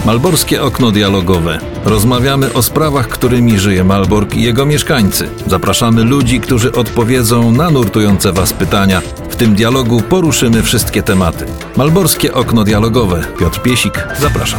Malborskie okno dialogowe. Rozmawiamy o sprawach, którymi żyje Malbork i jego mieszkańcy. Zapraszamy ludzi, którzy odpowiedzą na nurtujące Was pytania. W tym dialogu poruszymy wszystkie tematy. Malborskie okno dialogowe. Piotr Piesik, zapraszam.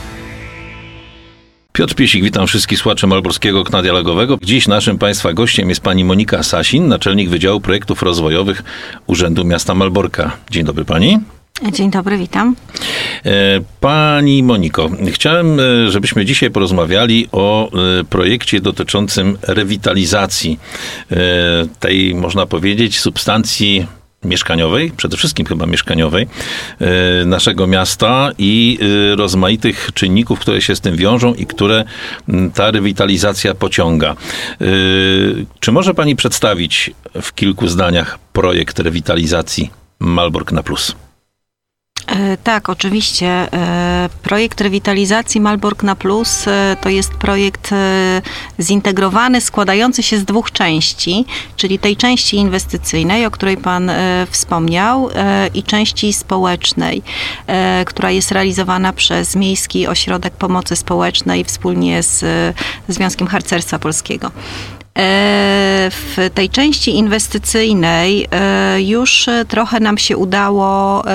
Piotr Piesik, witam wszystkich słuchaczy Malborskiego Okna Dialogowego. Dziś naszym Państwa gościem jest pani Monika Sasin, naczelnik Wydziału Projektów Rozwojowych Urzędu Miasta Malborka. Dzień dobry pani. Dzień dobry, witam. Pani Moniko, chciałem, żebyśmy dzisiaj porozmawiali o projekcie dotyczącym rewitalizacji tej, można powiedzieć, substancji mieszkaniowej, przede wszystkim chyba mieszkaniowej, naszego miasta i rozmaitych czynników, które się z tym wiążą i które ta rewitalizacja pociąga. Czy może pani przedstawić w kilku zdaniach projekt rewitalizacji Malbork na Plus? Tak, oczywiście. Projekt rewitalizacji Malbork na Plus to jest projekt zintegrowany, składający się z dwóch części, czyli tej części inwestycyjnej, o której pan wspomniał, i części społecznej, która jest realizowana przez Miejski Ośrodek Pomocy Społecznej wspólnie z Związkiem Harcerstwa Polskiego. W tej części inwestycyjnej już trochę nam się udało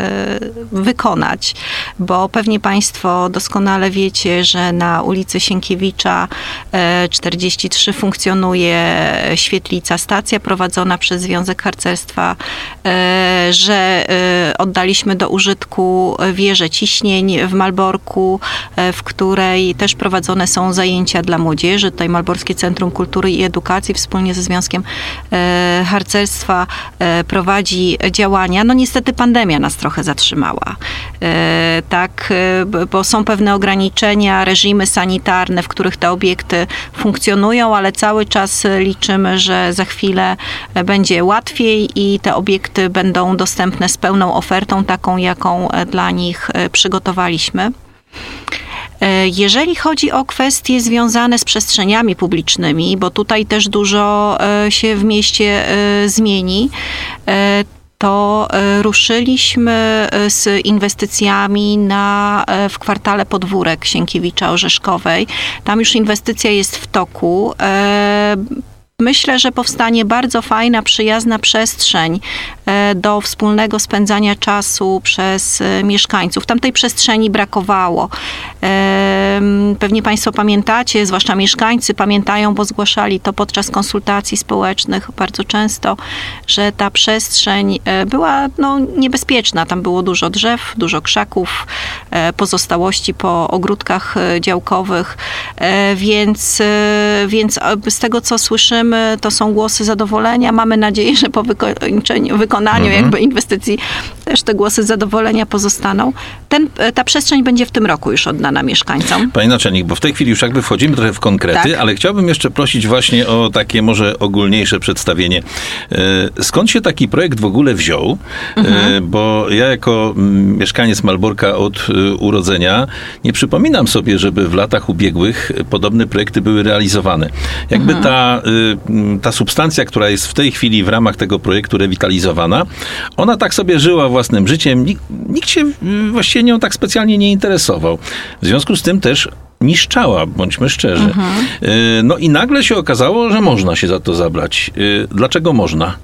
wykonać, bo pewnie Państwo doskonale wiecie, że na ulicy Sienkiewicza 43 funkcjonuje świetlica, stacja prowadzona przez Związek Harcerstwa, że oddaliśmy do użytku wieżę ciśnień w Malborku, w której też prowadzone są zajęcia dla młodzieży. Tutaj Malborskie Centrum Kultury i Edukacji wspólnie ze Związkiem Harcerstwa prowadzi działania. No niestety pandemia nas trochę zatrzymała. Tak, bo są pewne ograniczenia, reżimy sanitarne, w których te obiekty funkcjonują, ale cały czas liczymy, że za chwilę będzie łatwiej i te obiekty będą dostępne z pełną ofertą, taką jaką dla nich przygotowaliśmy. Jeżeli chodzi o kwestie związane z przestrzeniami publicznymi, bo tutaj też dużo się w mieście zmieni, to ruszyliśmy z inwestycjami w kwartale Podwórek Sienkiewicza-Orzeszkowej. Tam już inwestycja jest w toku. Myślę, że powstanie bardzo fajna, przyjazna przestrzeń do wspólnego spędzania czasu przez mieszkańców. Tam tej przestrzeni brakowało. Pewnie Państwo pamiętacie, zwłaszcza mieszkańcy pamiętają, bo zgłaszali to podczas konsultacji społecznych bardzo często, że ta przestrzeń była niebezpieczna. Tam było dużo drzew, dużo krzaków, pozostałości po ogródkach działkowych, więc z tego, co słyszymy, to są głosy zadowolenia. Mamy nadzieję, że po wykonaniu jakby inwestycji też te głosy zadowolenia pozostaną. Ta przestrzeń będzie w tym roku już oddana mieszkańcom. Pani naczelnik, bo w tej chwili już jakby wchodzimy trochę w konkrety, tak, ale chciałbym jeszcze prosić właśnie o takie może ogólniejsze przedstawienie. Skąd się taki projekt w ogóle wziął? Bo ja jako mieszkaniec Malborka od urodzenia nie przypominam sobie, żeby w latach ubiegłych podobne projekty były realizowane. Jakby ta substancja, która jest w tej chwili w ramach tego projektu rewitalizowana, ona tak sobie żyła własnym życiem. Nikt się właściwie nią tak specjalnie nie interesował. W związku z tym też niszczała, bądźmy szczerzy. No i nagle się okazało, że można się za to zabrać. Dlaczego można?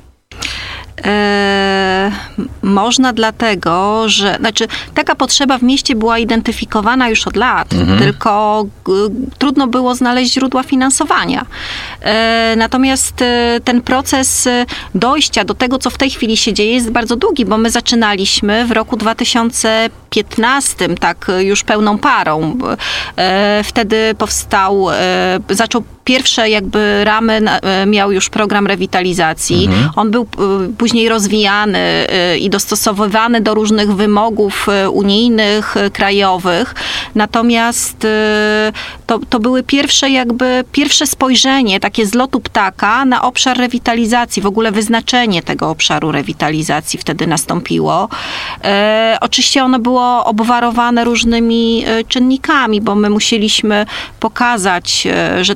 Można dlatego, że taka potrzeba w mieście była identyfikowana już od lat, tylko trudno było znaleźć źródła finansowania. Natomiast ten proces dojścia do tego, co w tej chwili się dzieje, jest bardzo długi, bo my zaczynaliśmy w roku 2015, tak już pełną parą. Wtedy zaczął pierwsze jakby ramy, miał już program rewitalizacji. On był później rozwijany i dostosowywany do różnych wymogów unijnych, krajowych. Natomiast to były pierwsze spojrzenie, takie z lotu ptaka na obszar rewitalizacji. W ogóle wyznaczenie tego obszaru rewitalizacji wtedy nastąpiło. Oczywiście ono było obwarowane różnymi czynnikami, bo my musieliśmy pokazać, że ten obszar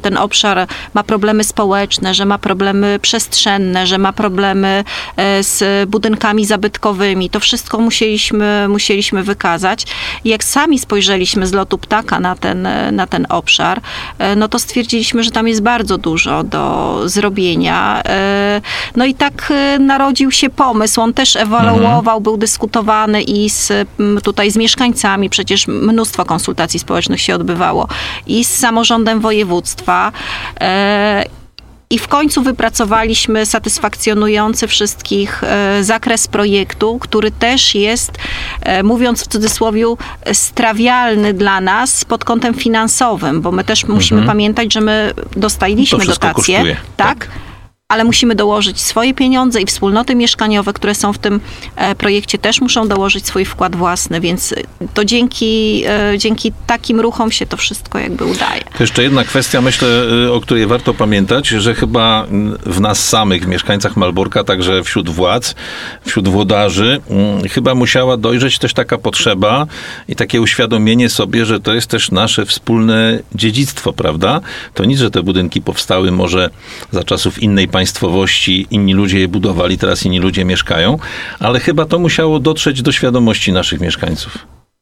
obszar ma problemy społeczne, że ma problemy przestrzenne, że ma problemy z budynkami zabytkowymi. To wszystko musieliśmy wykazać. I jak sami spojrzeliśmy z lotu ptaka na ten obszar, no to stwierdziliśmy, że tam jest bardzo dużo do zrobienia. No i tak narodził się pomysł. On też ewoluował, był dyskutowany i tutaj z mieszkańcami, przecież mnóstwo konsultacji społecznych się odbywało, i z samorządem województwa. I w końcu wypracowaliśmy satysfakcjonujący wszystkich zakres projektu, który też jest, mówiąc w cudzysłowie, strawialny dla nas pod kątem finansowym, bo my też musimy pamiętać, że my dostaliśmy dotacje. Kosztuje. Tak? Ale musimy dołożyć swoje pieniądze i wspólnoty mieszkaniowe, które są w tym projekcie, też muszą dołożyć swój wkład własny, więc to dzięki takim ruchom się to wszystko jakby udaje. To jeszcze jedna kwestia, myślę, o której warto pamiętać, że chyba w nas samych, w mieszkańcach Malborka, także wśród władz, wśród włodarzy, chyba musiała dojrzeć też taka potrzeba i takie uświadomienie sobie, że to jest też nasze wspólne dziedzictwo, prawda? To nic, że te budynki powstały może za czasów innej państwowości, inni ludzie je budowali, teraz inni ludzie mieszkają, ale chyba to musiało dotrzeć do świadomości naszych mieszkańców.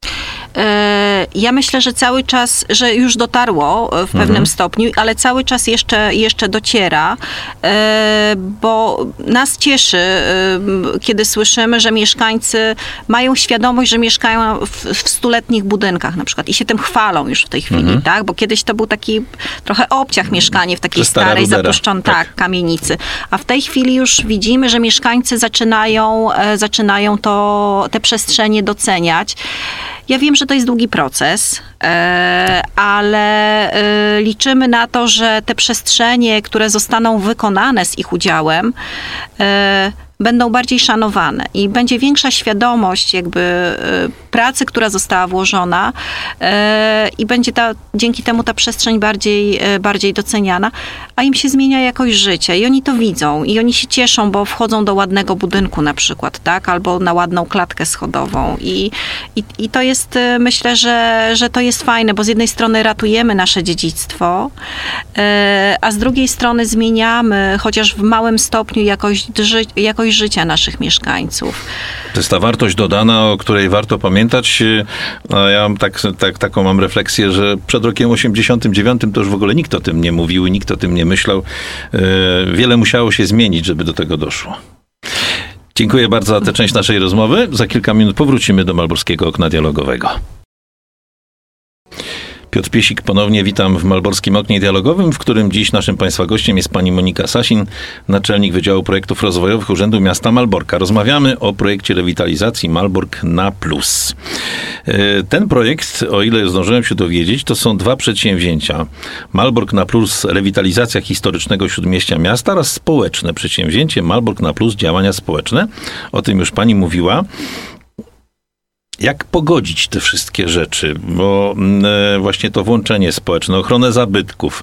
Ja myślę, że cały czas, że już dotarło w pewnym stopniu, ale cały czas jeszcze dociera, bo nas cieszy, kiedy słyszymy, że mieszkańcy mają świadomość, że mieszkają w stuletnich budynkach na przykład i się tym chwalą już w tej chwili, tak? Bo kiedyś to był taki trochę obciach mieszkanie w takiej starej, zapuszczonej kamienicy. A w tej chwili już widzimy, że mieszkańcy zaczynają te przestrzenie doceniać. Ja wiem, że to jest długi proces, ale liczymy na to, że te przestrzenie, które zostaną wykonane z ich udziałem, będą bardziej szanowane i będzie większa świadomość jakby pracy, która została włożona i będzie dzięki temu ta przestrzeń bardziej doceniana, a im się zmienia jakość życia i oni to widzą i oni się cieszą, bo wchodzą do ładnego budynku na przykład, tak, albo na ładną klatkę schodową i to jest, myślę, że to jest fajne, bo z jednej strony ratujemy nasze dziedzictwo, a z drugiej strony zmieniamy, chociaż w małym stopniu jakość życia naszych mieszkańców. To jest ta wartość dodana, o której warto pamiętać. A ja taką mam refleksję, że przed rokiem 89 to już w ogóle nikt o tym nie mówił, nikt o tym nie myślał. Wiele musiało się zmienić, żeby do tego doszło. Dziękuję bardzo za tę część naszej rozmowy. Za kilka minut powrócimy do Malborskiego Okna Dialogowego. Piotr Piesik ponownie, witam w Malborskim Oknie Dialogowym, w którym dziś naszym Państwa gościem jest pani Monika Sasin, naczelnik Wydziału Projektów Rozwojowych Urzędu Miasta Malborka. Rozmawiamy o projekcie rewitalizacji Malbork na Plus. Ten projekt, o ile zdążyłem się dowiedzieć, to są dwa przedsięwzięcia. Malbork na Plus, rewitalizacja historycznego śródmieścia miasta oraz społeczne przedsięwzięcie Malbork na Plus, działania społeczne. O tym już pani mówiła. Jak pogodzić te wszystkie rzeczy? Bo właśnie to włączenie społeczne, ochronę zabytków,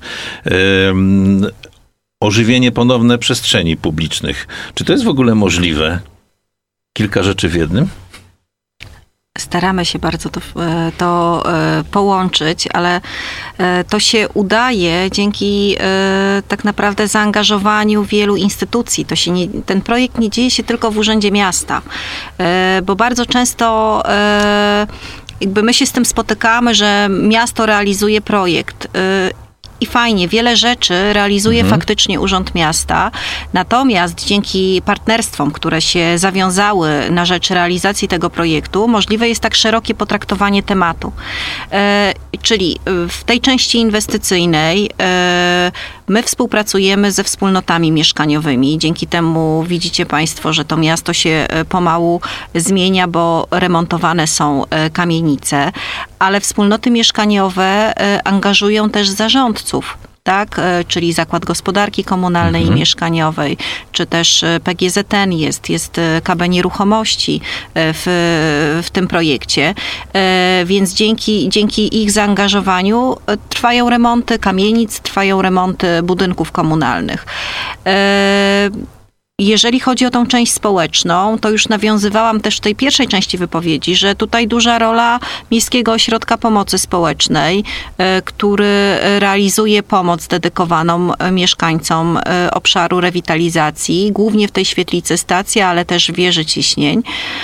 ożywienie ponowne przestrzeni publicznych. Czy to jest w ogóle możliwe? Kilka rzeczy w jednym? Staramy się bardzo to połączyć, ale to się udaje dzięki tak naprawdę zaangażowaniu wielu instytucji. Ten projekt nie dzieje się tylko w Urzędzie Miasta, bo bardzo często jakby my się z tym spotykamy, że miasto realizuje projekt. I fajnie, wiele rzeczy realizuje faktycznie Urząd Miasta, natomiast dzięki partnerstwom, które się zawiązały na rzecz realizacji tego projektu, możliwe jest tak szerokie potraktowanie tematu. Czyli w tej części inwestycyjnej my współpracujemy ze wspólnotami mieszkaniowymi. Dzięki temu widzicie Państwo, że to miasto się pomału zmienia, bo remontowane są kamienice, ale wspólnoty mieszkaniowe angażują też zarządców. Tak, czyli Zakład Gospodarki Komunalnej i Mieszkaniowej, czy też PGZN jest KB Nieruchomości w tym projekcie. Więc dzięki ich zaangażowaniu trwają remonty kamienic, trwają remonty budynków komunalnych. jeżeli chodzi o tą część społeczną, to już nawiązywałam też w tej pierwszej części wypowiedzi, że tutaj duża rola Miejskiego Ośrodka Pomocy Społecznej, który realizuje pomoc dedykowaną mieszkańcom obszaru rewitalizacji, głównie w tej świetlicy stacja, ale też wieży ciśnień.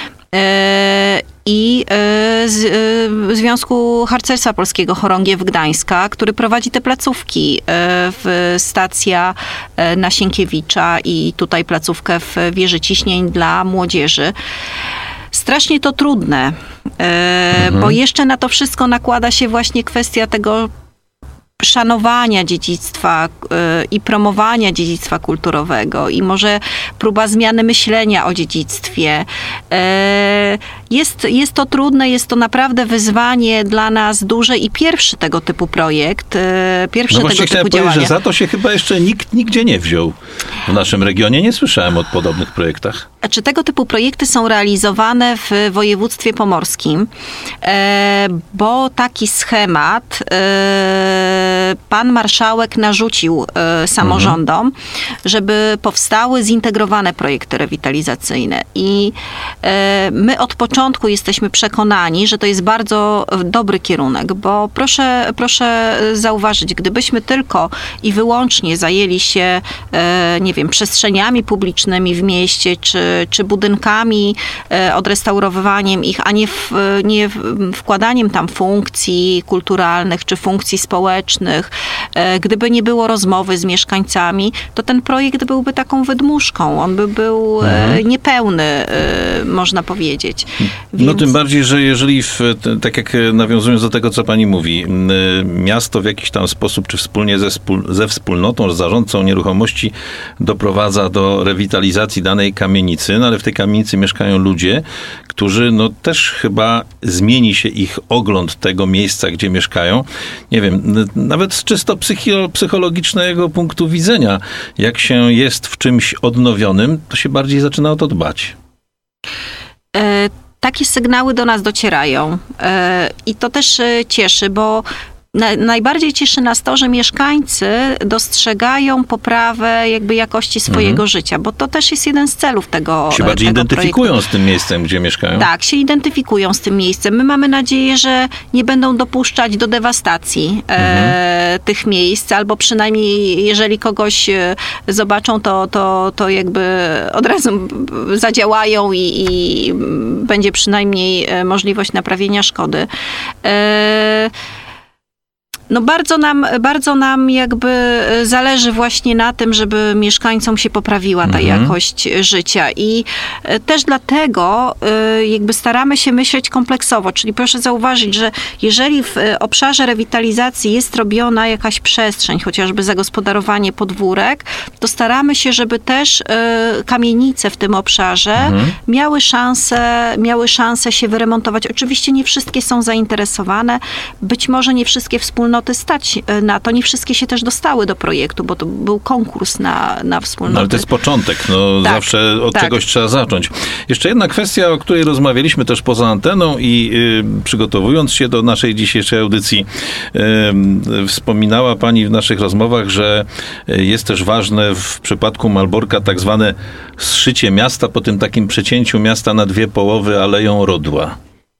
I Związku Harcerstwa Polskiego Chorągiew Gdańska, który prowadzi te placówki w stacja na Sienkiewicza i tutaj placówkę w wieży ciśnień dla młodzieży. Strasznie to trudne, bo jeszcze na to wszystko nakłada się właśnie kwestia tego szanowania dziedzictwa i promowania dziedzictwa kulturowego i może próba zmiany myślenia o dziedzictwie. Jest to trudne, jest to naprawdę wyzwanie dla nas duże i pierwszy tego typu projekt, pierwsze tego typu działanie. Że za to się chyba jeszcze nikt nigdzie nie wziął w naszym regionie. Nie słyszałem o podobnych projektach. Czy tego typu projekty są realizowane w województwie pomorskim, bo taki schemat pan marszałek narzucił samorządom, żeby powstały zintegrowane projekty rewitalizacyjne. I my od początku jesteśmy przekonani, że to jest bardzo dobry kierunek, bo proszę zauważyć, gdybyśmy tylko i wyłącznie zajęli się, nie wiem, przestrzeniami publicznymi w mieście, czy budynkami, odrestaurowywaniem ich, a nie wkładaniem tam funkcji kulturalnych, czy funkcji społecznych, gdyby nie było rozmowy z mieszkańcami, to ten projekt byłby taką wydmuszką. On by był niepełny, można powiedzieć. Więc... No tym bardziej, że jeżeli, tak jak nawiązując do tego, co pani mówi, miasto w jakiś tam sposób, czy wspólnie ze wspólnotą, z zarządcą nieruchomości doprowadza do rewitalizacji danej kamienicy, no ale w tej kamienicy mieszkają ludzie, którzy no też chyba zmieni się ich ogląd tego miejsca, gdzie mieszkają. Nie wiem, nawet z czysto psychologicznego punktu widzenia, jak się jest w czymś odnowionym, to się bardziej zaczyna o to dbać. Takie sygnały do nas docierają i to też cieszy, bo najbardziej cieszy nas to, że mieszkańcy dostrzegają poprawę jakby jakości swojego życia, bo to też jest jeden z celów tego się bardziej identyfikują projektu. Z tym miejscem, gdzie mieszkają. Tak, się identyfikują z tym miejscem. My mamy nadzieję, że nie będą dopuszczać do dewastacji tych miejsc, albo przynajmniej jeżeli kogoś zobaczą, to jakby od razu zadziałają i będzie przynajmniej możliwość naprawienia szkody. No bardzo nam jakby zależy właśnie na tym, żeby mieszkańcom się poprawiła ta jakość życia i też dlatego jakby staramy się myśleć kompleksowo, czyli proszę zauważyć, że jeżeli w obszarze rewitalizacji jest robiona jakaś przestrzeń, chociażby zagospodarowanie podwórek, to staramy się, żeby też kamienice w tym obszarze miały szansę się wyremontować. Oczywiście nie wszystkie są zainteresowane, być może nie wszystkie wspólnoty stać na to. Nie wszystkie się też dostały do projektu, bo to był konkurs na wspólnoty. No, ale to jest początek. No, tak, zawsze od czegoś trzeba zacząć. Jeszcze jedna kwestia, o której rozmawialiśmy też poza anteną i przygotowując się do naszej dzisiejszej audycji, wspominała pani w naszych rozmowach, że jest też ważne w przypadku Malborka tak zwane zszycie miasta po tym takim przecięciu miasta na dwie połowy aleją Rodła.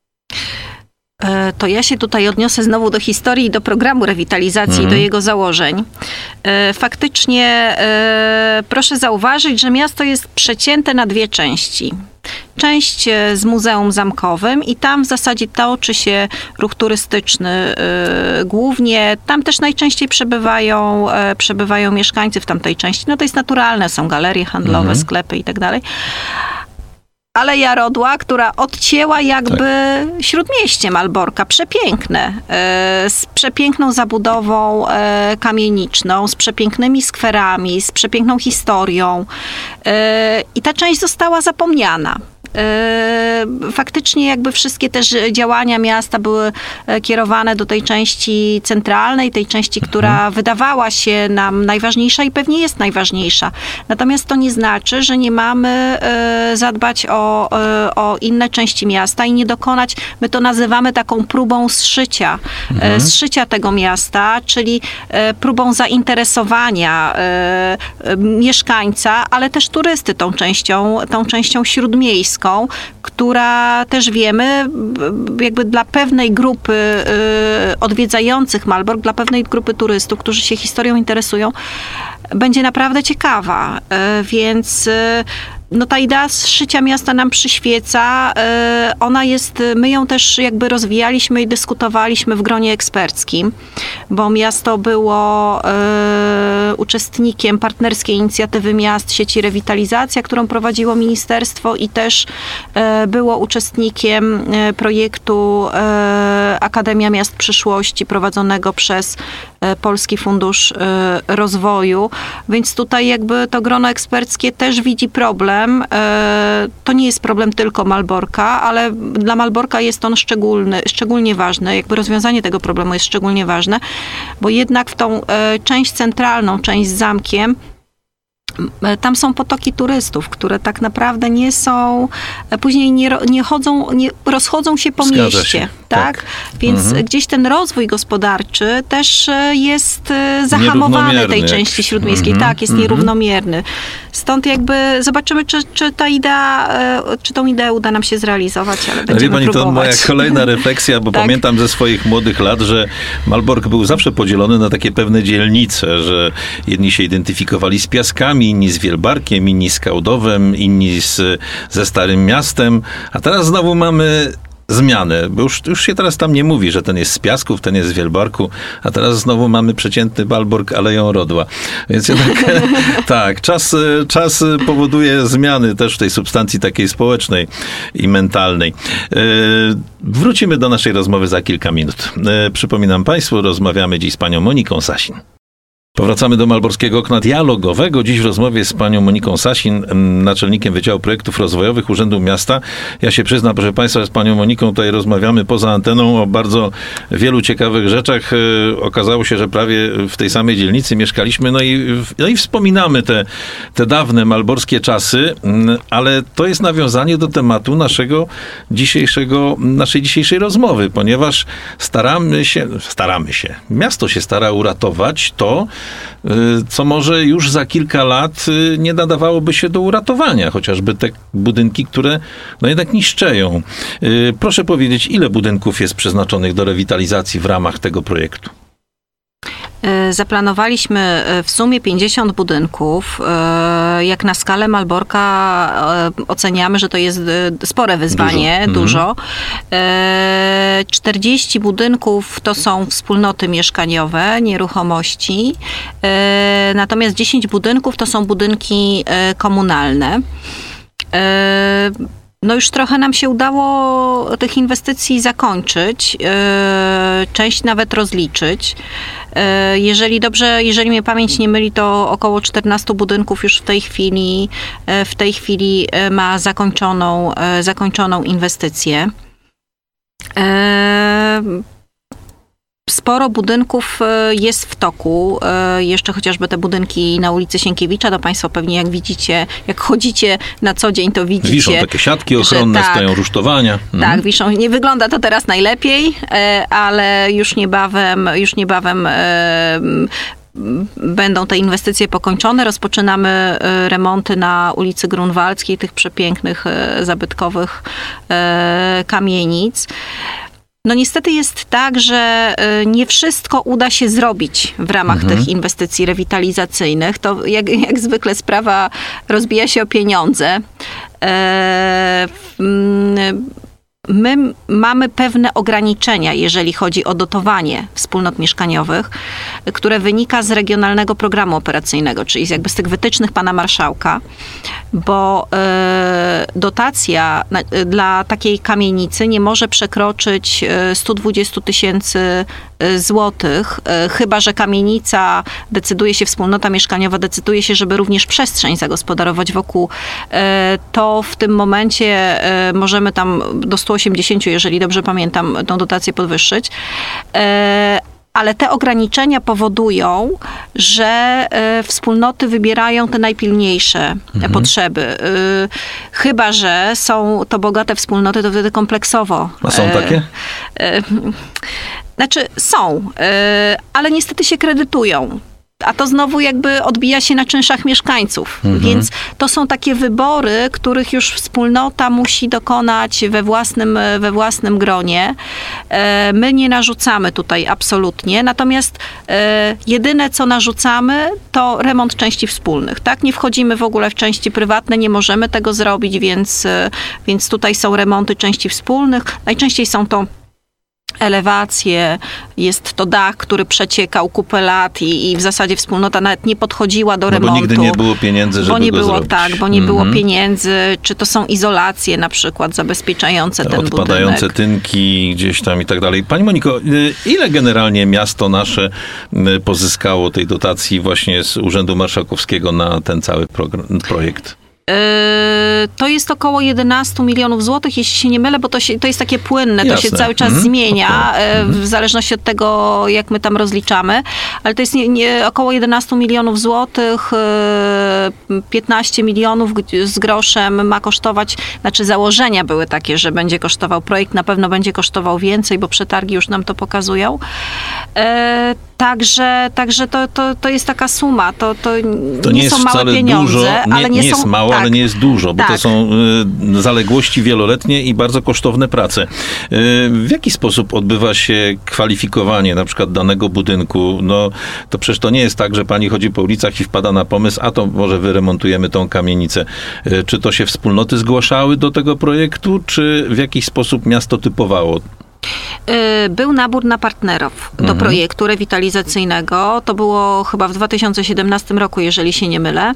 To ja się tutaj odniosę znowu do historii, do programu rewitalizacji, do jego założeń. Faktycznie proszę zauważyć, że miasto jest przecięte na dwie części. Część z Muzeum Zamkowym i tam w zasadzie toczy się ruch turystyczny głównie. Tam też najczęściej przebywają mieszkańcy w tamtej części. No to jest naturalne, są galerie handlowe, sklepy i tak dalej. Aleja Rodła, która odcięła jakby śródmieście Malborka. Przepiękne. Z przepiękną zabudową kamieniczną, z przepięknymi skwerami, z przepiękną historią. I ta część została zapomniana. faktycznie jakby wszystkie też działania miasta były kierowane do tej części centralnej, tej części, która wydawała się nam najważniejsza i pewnie jest najważniejsza. Natomiast to nie znaczy, że nie mamy zadbać o inne części miasta i nie dokonać, my to nazywamy taką próbą zszycia tego miasta, czyli próbą zainteresowania mieszkańca, ale też turysty tą częścią śródmiejską, która też wiemy, jakby dla pewnej grupy odwiedzających Malbork, dla pewnej grupy turystów, którzy się historią interesują, będzie naprawdę ciekawa. Więc no ta idea zszycia miasta nam przyświeca. Ona jest, my ją też jakby rozwijaliśmy i dyskutowaliśmy w gronie eksperckim, bo miasto było uczestnikiem partnerskiej inicjatywy miast sieci Rewitalizacja, którą prowadziło ministerstwo i też było uczestnikiem projektu Akademia Miast Przyszłości prowadzonego przez Polski Fundusz Rozwoju. Więc tutaj jakby to grono eksperckie też widzi problem. To nie jest problem tylko Malborka, ale dla Malborka jest on szczególnie ważny. Jakby rozwiązanie tego problemu jest szczególnie ważne, bo jednak w tą część centralną, część z zamkiem, tam są potoki turystów, które tak naprawdę nie są, później nie rozchodzą się po mieście. Tak? Więc gdzieś ten rozwój gospodarczy też jest zahamowany tej części śródmiejskiej. Tak, jest nierównomierny. Stąd jakby zobaczymy, czy tą ideę uda nam się zrealizować, ale będziemy próbować. To moja kolejna refleksja, bo pamiętam ze swoich młodych lat, że Malbork był zawsze podzielony na takie pewne dzielnice, że jedni się identyfikowali z Piaskami, inni z Wielbarkiem, inni z Kałdowem, inni ze Starym Miastem, a teraz znowu mamy zmianę, bo już się teraz tam nie mówi, że ten jest z Piasków, ten jest z Wielbarku, a teraz znowu mamy przeciętny Malbork Aleją Rodła. Więc jednak tak, czas powoduje zmiany też w tej substancji takiej społecznej i mentalnej. Wrócimy do naszej rozmowy za kilka minut. Przypominam Państwu, rozmawiamy dziś z panią Moniką Sasin. Powracamy do Malborskiego Okna Dialogowego. Dziś w rozmowie z panią Moniką Sasin, naczelnikiem Wydziału Projektów Rozwojowych Urzędu Miasta. Ja się przyznam, proszę państwa, z panią Moniką tutaj rozmawiamy poza anteną o bardzo wielu ciekawych rzeczach. Okazało się, że prawie w tej samej dzielnicy mieszkaliśmy, no i wspominamy te dawne malborskie czasy, ale to jest nawiązanie do tematu naszej dzisiejszej rozmowy, ponieważ staramy się, miasto się stara uratować to, co może już za kilka lat nie nadawałoby się do uratowania, chociażby te budynki, które no jednak niszczeją. Proszę powiedzieć, ile budynków jest przeznaczonych do rewitalizacji w ramach tego projektu? Zaplanowaliśmy w sumie 50 budynków. Jak na skalę Malborka oceniamy, że to jest spore wyzwanie, dużo. 40 budynków to są wspólnoty mieszkaniowe, nieruchomości. Natomiast 10 budynków to są budynki komunalne. No już trochę nam się udało tych inwestycji zakończyć, część nawet rozliczyć. Jeżeli mnie pamięć nie myli, to około 14 budynków już w tej chwili ma zakończoną inwestycję. Sporo budynków jest w toku. Jeszcze chociażby te budynki na ulicy Sienkiewicza, to państwo pewnie jak widzicie, jak chodzicie na co dzień, to widzicie. Wiszą takie siatki ochronne, stoją rusztowania. Tak, wiszą. Nie wygląda to teraz najlepiej, ale już niebawem będą te inwestycje pokończone. Rozpoczynamy remonty na ulicy Grunwaldzkiej, tych przepięknych, zabytkowych kamienic. No niestety jest tak, że nie wszystko uda się zrobić w ramach tych inwestycji rewitalizacyjnych. To jak zwykle sprawa rozbija się o pieniądze. My mamy pewne ograniczenia, jeżeli chodzi o dotowanie wspólnot mieszkaniowych, które wynika z Regionalnego Programu Operacyjnego, czyli jakby z tych wytycznych pana marszałka, bo dotacja dla takiej kamienicy nie może przekroczyć 120 000 złotych, chyba że kamienica decyduje się, wspólnota mieszkaniowa decyduje się, żeby również przestrzeń zagospodarować wokół, to w tym momencie możemy tam do 180, jeżeli dobrze pamiętam, tą dotację podwyższyć. Ale te ograniczenia powodują, że wspólnoty wybierają te najpilniejsze potrzeby. Chyba że są to bogate wspólnoty, to wtedy kompleksowo. A są takie? Znaczy są, ale niestety się kredytują. A to znowu jakby odbija się na czynszach mieszkańców. Więc to są takie wybory, których już wspólnota musi dokonać we własnym gronie. My nie narzucamy tutaj absolutnie. Natomiast jedyne, co narzucamy, to remont części wspólnych. Tak? Nie wchodzimy w ogóle w części prywatne, nie możemy tego zrobić, więc tutaj są remonty części wspólnych. Najczęściej są to elewacje, jest to dach, który przeciekał kupę lat i w zasadzie wspólnota nawet nie podchodziła do remontu. Bo nigdy nie było pieniędzy, żeby go zrobić. Tak, bo nie było pieniędzy, czy to są izolacje na przykład zabezpieczające ten budynek. Odpadające tynki gdzieś tam i tak dalej. Pani Moniko, ile generalnie miasto nasze pozyskało tej dotacji właśnie z Urzędu Marszałkowskiego na ten cały projekt? To jest około 11 milionów złotych, jeśli się nie mylę, bo to jest takie płynne, to się cały czas zmienia, w zależności od tego, jak my tam rozliczamy, ale to jest około 11 milionów złotych, 15 milionów z groszem ma kosztować, znaczy założenia były takie, że będzie kosztował projekt, na pewno będzie kosztował więcej, bo przetargi już nam to pokazują. Także to jest taka suma, to nie są małe pieniądze, dużo, ale nie jest mało, tak, ale nie jest dużo, bo to są zaległości wieloletnie i bardzo kosztowne prace. W jaki sposób odbywa się kwalifikowanie na przykład danego budynku? No to przecież to nie jest tak, że pani chodzi po ulicach i wpada na pomysł, a to może wyremontujemy tą kamienicę. Czy to się wspólnoty zgłaszały do tego projektu, czy w jakiś sposób miasto typowało? Był nabór na partnerów do projektu rewitalizacyjnego. To było chyba w 2017 roku, jeżeli się nie mylę.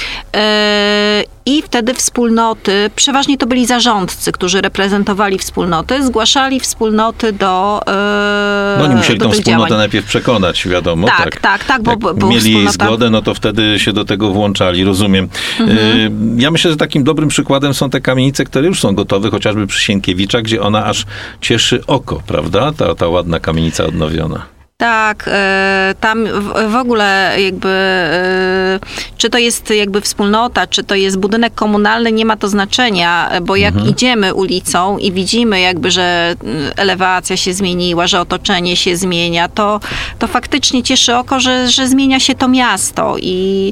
I wtedy wspólnoty, przeważnie to byli zarządcy, którzy reprezentowali wspólnoty, zgłaszali wspólnoty do No oni musieli tą wspólnotę najpierw przekonać, wiadomo. Tak, bo mieli wspólnota... zgodę, no to wtedy się do tego włączali, rozumiem. Ja myślę, że takim dobrym przykładem są te kamienice, które już są gotowe, chociażby przy Sienkiewicza, gdzie ona aż cieszy oko, prawda? Ta ładna kamienica odnowiona. Tak, tam w ogóle jakby, czy to jest jakby wspólnota, czy to jest budynek komunalny, nie ma to znaczenia, bo jak idziemy ulicą i widzimy jakby, że elewacja się zmieniła, że otoczenie się zmienia, to faktycznie cieszy oko, że zmienia się to miasto i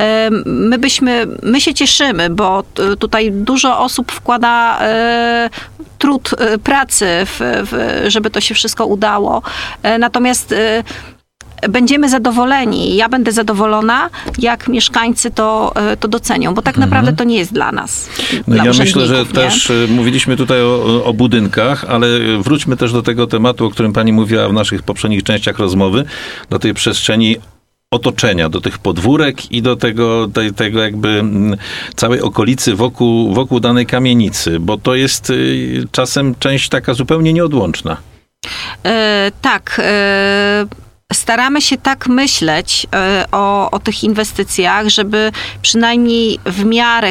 my się cieszymy, bo tutaj dużo osób wkłada trud pracy, żeby to się wszystko udało. Natomiast będziemy zadowoleni. Ja będę zadowolona, jak mieszkańcy to docenią, bo tak naprawdę to nie jest dla nas. No ja myślę, że też mówiliśmy tutaj o budynkach, ale wróćmy też do tego tematu, o którym pani mówiła w naszych poprzednich częściach rozmowy, do tej przestrzeni otoczenia, do tych podwórek i do tego jakby całej okolicy wokół danej kamienicy, bo to jest czasem część taka zupełnie nieodłączna. Tak. Staramy się tak myśleć o tych inwestycjach, żeby przynajmniej w miarę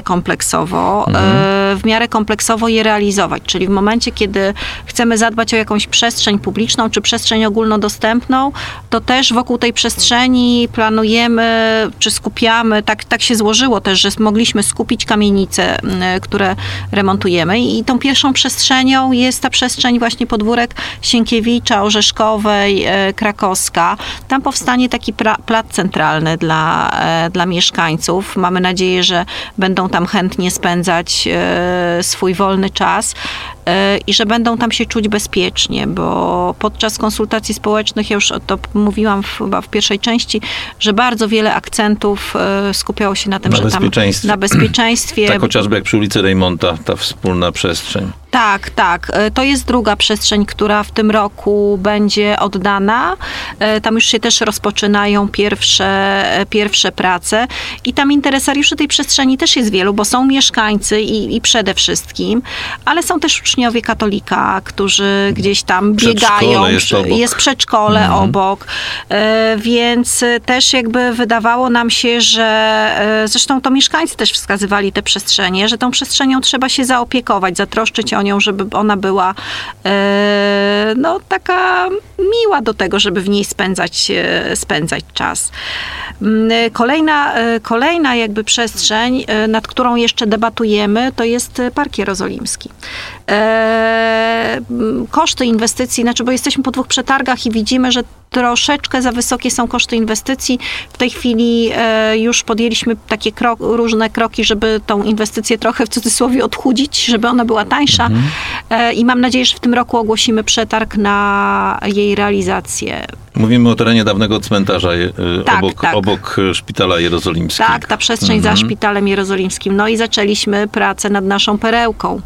kompleksowo je realizować. Czyli w momencie, kiedy chcemy zadbać o jakąś przestrzeń publiczną, czy przestrzeń ogólnodostępną, to też wokół tej przestrzeni planujemy, czy skupiamy, tak się złożyło też, że mogliśmy skupić kamienice, które remontujemy. I tą pierwszą przestrzenią jest ta przestrzeń właśnie podwórek Sienkiewicza, Orzeszkowej, Krakowska. Tam powstanie taki plac centralny dla mieszkańców. Mamy nadzieję, że będą tam chętnie spędzać swój wolny czas i że będą tam się czuć bezpiecznie, bo podczas konsultacji społecznych, ja już to mówiłam chyba w pierwszej części, że bardzo wiele akcentów skupiało się na tym, na bezpieczeństwie. Tak chociażby jak przy ulicy Rejmonta, ta wspólna przestrzeń. Tak. To jest druga przestrzeń, która w tym roku będzie oddana. Tam już się też rozpoczynają pierwsze prace i tam interesariuszy tej przestrzeni też jest wielu, bo są mieszkańcy i przede wszystkim, ale są też uczniowie katolika, którzy gdzieś tam biegają. Jest przedszkole obok. Więc też jakby wydawało nam się, że zresztą to mieszkańcy też wskazywali te przestrzenie, że tą przestrzenią trzeba się zaopiekować, zatroszczyć o nią, żeby ona była taka miła do tego, żeby w niej spędzać czas. Kolejna jakby przestrzeń, nad którą jeszcze debatujemy, to jest Park Jerozolimski. Koszty inwestycji, bo jesteśmy po 2 przetargach i widzimy, że troszeczkę za wysokie są koszty inwestycji. W tej chwili już podjęliśmy takie różne kroki, żeby tą inwestycję trochę w cudzysłowie odchudzić, żeby ona była tańsza. I mam nadzieję, że w tym roku ogłosimy przetarg na jej realizację. Mówimy o terenie dawnego cmentarza obok Szpitala Jerozolimskiego. Tak, ta przestrzeń za Szpitalem Jerozolimskim. No i zaczęliśmy pracę nad naszą perełką,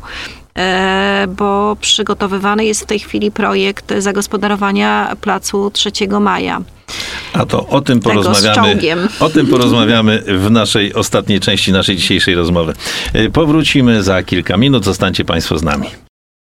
bo przygotowywany jest w tej chwili projekt zagospodarowania placu 3 Maja. A to o tym porozmawiamy w naszej ostatniej części naszej dzisiejszej rozmowy. Powrócimy za kilka minut, zostańcie Państwo z nami.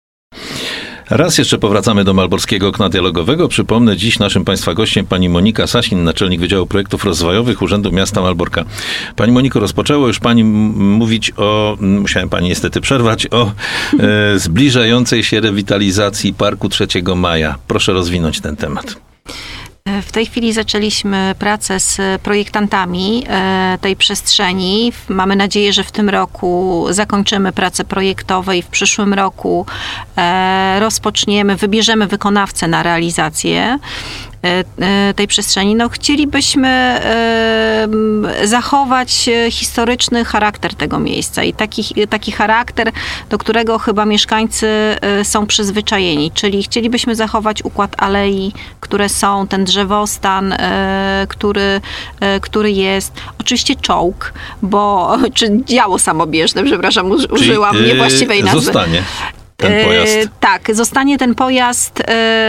Raz jeszcze powracamy do Malborskiego Okna Dialogowego. Przypomnę, dziś naszym Państwa gościem pani Monika Sasin, naczelnik Wydziału Projektów Rozwojowych Urzędu Miasta Malborka. Pani Moniko, rozpoczęło już Pani mówić musiałem Pani niestety przerwać, o zbliżającej się rewitalizacji Parku 3 Maja. Proszę rozwinąć ten temat. W tej chwili zaczęliśmy pracę z projektantami tej przestrzeni. Mamy nadzieję, że w tym roku zakończymy prace projektowe i w przyszłym roku wybierzemy wykonawcę na realizację tej przestrzeni. Chcielibyśmy zachować historyczny charakter tego miejsca i taki charakter, do którego chyba mieszkańcy są przyzwyczajeni, czyli chcielibyśmy zachować układ alei, które są, ten drzewostan, który jest. Oczywiście czołg, czy działo samobieżne, przepraszam, użyłam niewłaściwej nazwy. Zostanie ten pojazd. Tak, zostanie ten pojazd,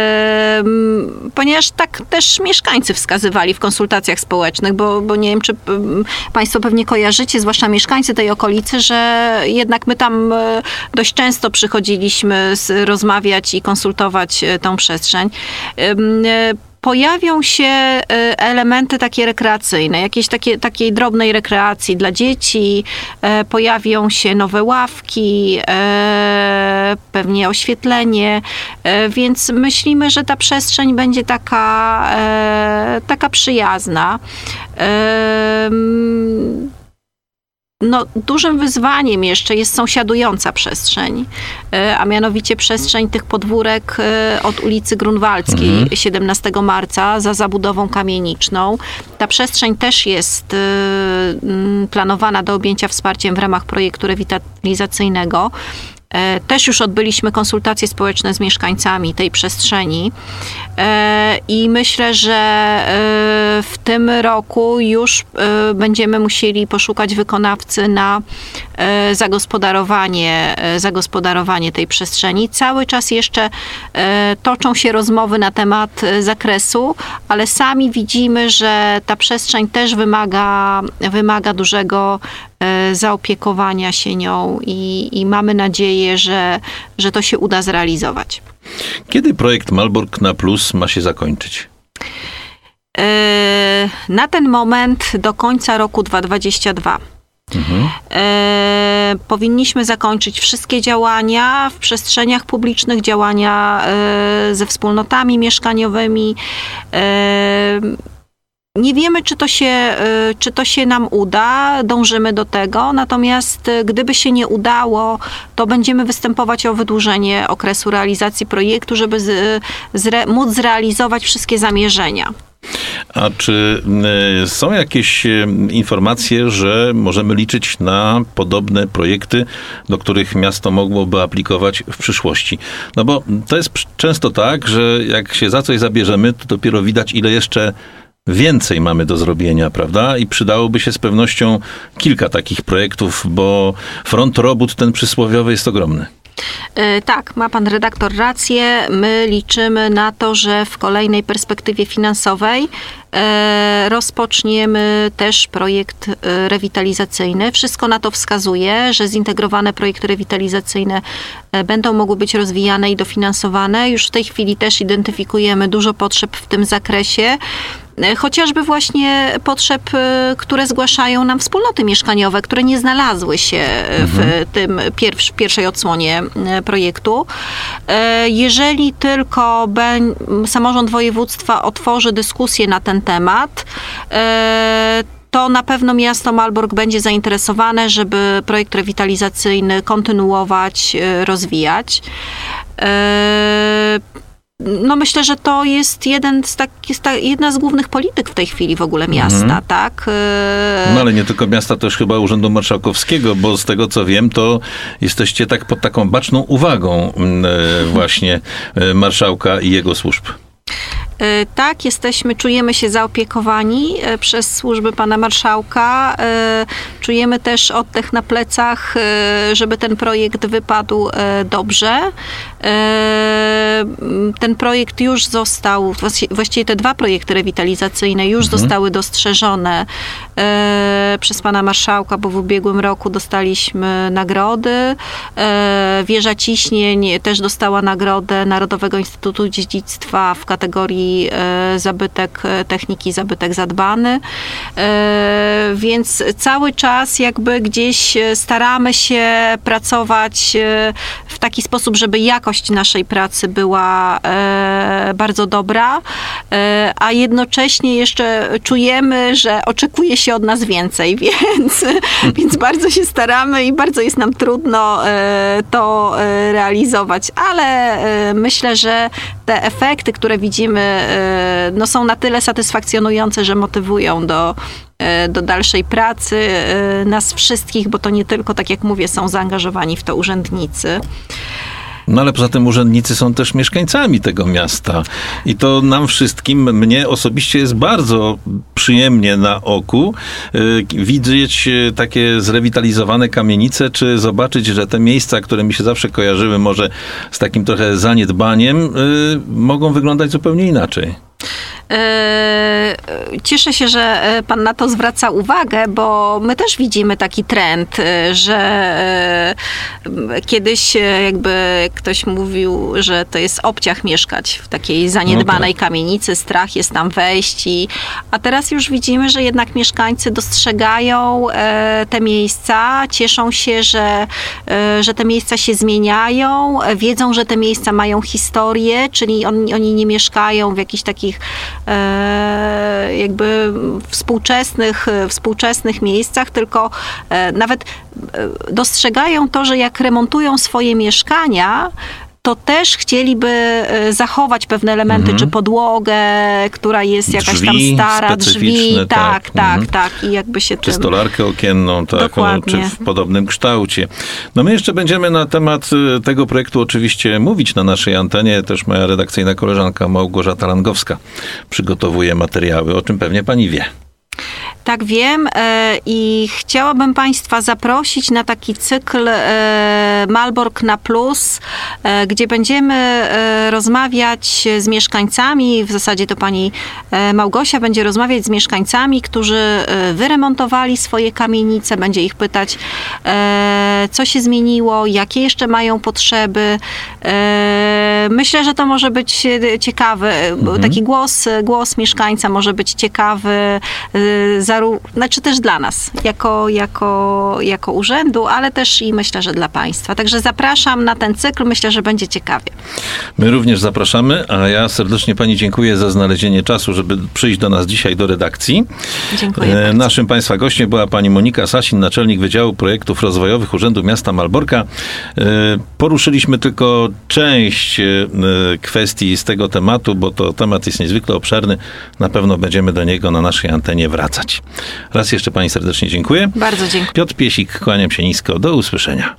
ponieważ tak też mieszkańcy wskazywali w konsultacjach społecznych, bo nie wiem, czy Państwo pewnie kojarzycie, zwłaszcza mieszkańcy tej okolicy, że jednak my tam dość często przychodziliśmy rozmawiać i konsultować tą przestrzeń. Pojawią się elementy takie rekreacyjne, jakieś takiej drobnej rekreacji dla dzieci, pojawią się nowe ławki, pewnie oświetlenie, więc myślimy, że ta przestrzeń będzie taka przyjazna. Dużym wyzwaniem jeszcze jest sąsiadująca przestrzeń, a mianowicie przestrzeń tych podwórek od ulicy Grunwaldzkiej 17 marca za zabudową kamieniczną. Ta przestrzeń też jest planowana do objęcia wsparciem w ramach projektu rewitalizacyjnego. Też już odbyliśmy konsultacje społeczne z mieszkańcami tej przestrzeni i myślę, że w tym roku już będziemy musieli poszukać wykonawcy na zagospodarowanie tej przestrzeni. Cały czas jeszcze toczą się rozmowy na temat zakresu, ale sami widzimy, że ta przestrzeń też wymaga dużego zaopiekowania się nią i mamy nadzieję, że to się uda zrealizować. Kiedy projekt Malbork na Plus ma się zakończyć? Na ten moment do końca roku 2022. Powinniśmy zakończyć wszystkie działania w przestrzeniach publicznych, działania ze wspólnotami mieszkaniowymi. Nie wiemy, czy to się nam uda, dążymy do tego, natomiast gdyby się nie udało, to będziemy występować o wydłużenie okresu realizacji projektu, żeby móc zrealizować wszystkie zamierzenia. A czy są jakieś informacje, że możemy liczyć na podobne projekty, do których miasto mogłoby aplikować w przyszłości? No bo to jest często tak, że jak się za coś zabierzemy, to dopiero widać, ile jeszcze więcej mamy do zrobienia, prawda? I przydałoby się z pewnością kilka takich projektów, bo front robót ten przysłowiowy jest ogromny. Tak, ma pan redaktor rację. My liczymy na to, że w kolejnej perspektywie finansowej rozpoczniemy też projekt rewitalizacyjny. Wszystko na to wskazuje, że zintegrowane projekty rewitalizacyjne będą mogły być rozwijane i dofinansowane. Już w tej chwili też identyfikujemy dużo potrzeb w tym zakresie. Chociażby właśnie potrzeb, które zgłaszają nam wspólnoty mieszkaniowe, które nie znalazły się w tym pierwszej odsłonie projektu. Jeżeli tylko samorząd województwa otworzy dyskusję na ten temat, to na pewno miasto Malbork będzie zainteresowane, żeby projekt rewitalizacyjny kontynuować, rozwijać. No myślę, że to jest jedna z głównych polityk w tej chwili w ogóle miasta, tak? No ale nie tylko miasta, też chyba Urzędu Marszałkowskiego, bo z tego co wiem, to jesteście tak pod taką baczną uwagą właśnie marszałka i jego służb. Tak, czujemy się zaopiekowani przez służby pana marszałka. Czujemy też oddech na plecach, żeby ten projekt wypadł dobrze. Ten projekt już został, właściwie te dwa projekty rewitalizacyjne już zostały dostrzeżone przez pana marszałka, bo w ubiegłym roku dostaliśmy nagrody. Wieża Ciśnień też dostała nagrodę Narodowego Instytutu Dziedzictwa w kategorii zabytek techniki, zabytek zadbany. Więc cały czas jakby gdzieś staramy się pracować w taki sposób, żeby jakość naszej pracy była bardzo dobra, a jednocześnie jeszcze czujemy, że oczekuje się od nas więcej, więc bardzo się staramy i bardzo jest nam trudno to realizować, ale myślę, że te efekty, które widzimy, no są na tyle satysfakcjonujące, że motywują do dalszej pracy nas wszystkich, bo to nie tylko, tak jak mówię, są zaangażowani w to urzędnicy. No ale poza tym urzędnicy są też mieszkańcami tego miasta. I to nam wszystkim, mnie osobiście jest bardzo przyjemnie na oku widzieć takie zrewitalizowane kamienice, czy zobaczyć, że te miejsca, które mi się zawsze kojarzyły może z takim trochę zaniedbaniem, mogą wyglądać zupełnie inaczej. Cieszę się, że pan na to zwraca uwagę, bo my też widzimy taki trend, że kiedyś jakby ktoś mówił, że to jest obciach mieszkać w takiej zaniedbanej kamienicy, strach jest tam wejść, a teraz już widzimy, że jednak mieszkańcy dostrzegają te miejsca, cieszą się, że te miejsca się zmieniają, wiedzą, że te miejsca mają historię, czyli oni nie mieszkają w jakichś takich jakby współczesnych miejscach, tylko nawet dostrzegają to, że jak remontują swoje mieszkania, to też chcieliby zachować pewne elementy, czy podłogę, która jest jakaś tam stara, drzwi, tak. I jakby się czy stolarkę okienną, tak, dokładnie. Czy w podobnym kształcie. No my jeszcze będziemy na temat tego projektu oczywiście mówić na naszej antenie. Też moja redakcyjna koleżanka Małgorzata Langowska przygotowuje materiały, o czym pewnie pani wie. Tak, wiem i chciałabym Państwa zaprosić na taki cykl Malbork na Plus, gdzie będziemy rozmawiać z mieszkańcami, w zasadzie to pani Małgosia będzie rozmawiać z mieszkańcami, którzy wyremontowali swoje kamienice, będzie ich pytać, co się zmieniło, jakie jeszcze mają potrzeby. Myślę, że to może być ciekawy, taki głos mieszkańca może być ciekawy, znaczy też dla nas, jako urzędu, ale też i myślę, że dla Państwa. Także zapraszam na ten cykl, myślę, że będzie ciekawie. My również zapraszamy, a ja serdecznie pani dziękuję za znalezienie czasu, żeby przyjść do nas dzisiaj do redakcji. Dziękuję bardzo. Naszym Państwa gościem była pani Monika Sasin, naczelnik Wydziału Projektów Rozwojowych Urzędu Miasta Malborka. Poruszyliśmy tylko część kwestii z tego tematu, bo to temat jest niezwykle obszerny. Na pewno będziemy do niego na naszej antenie wracać. Raz jeszcze pani serdecznie dziękuję. Bardzo dziękuję. Piotr Piesik, kłaniam się nisko. Do usłyszenia.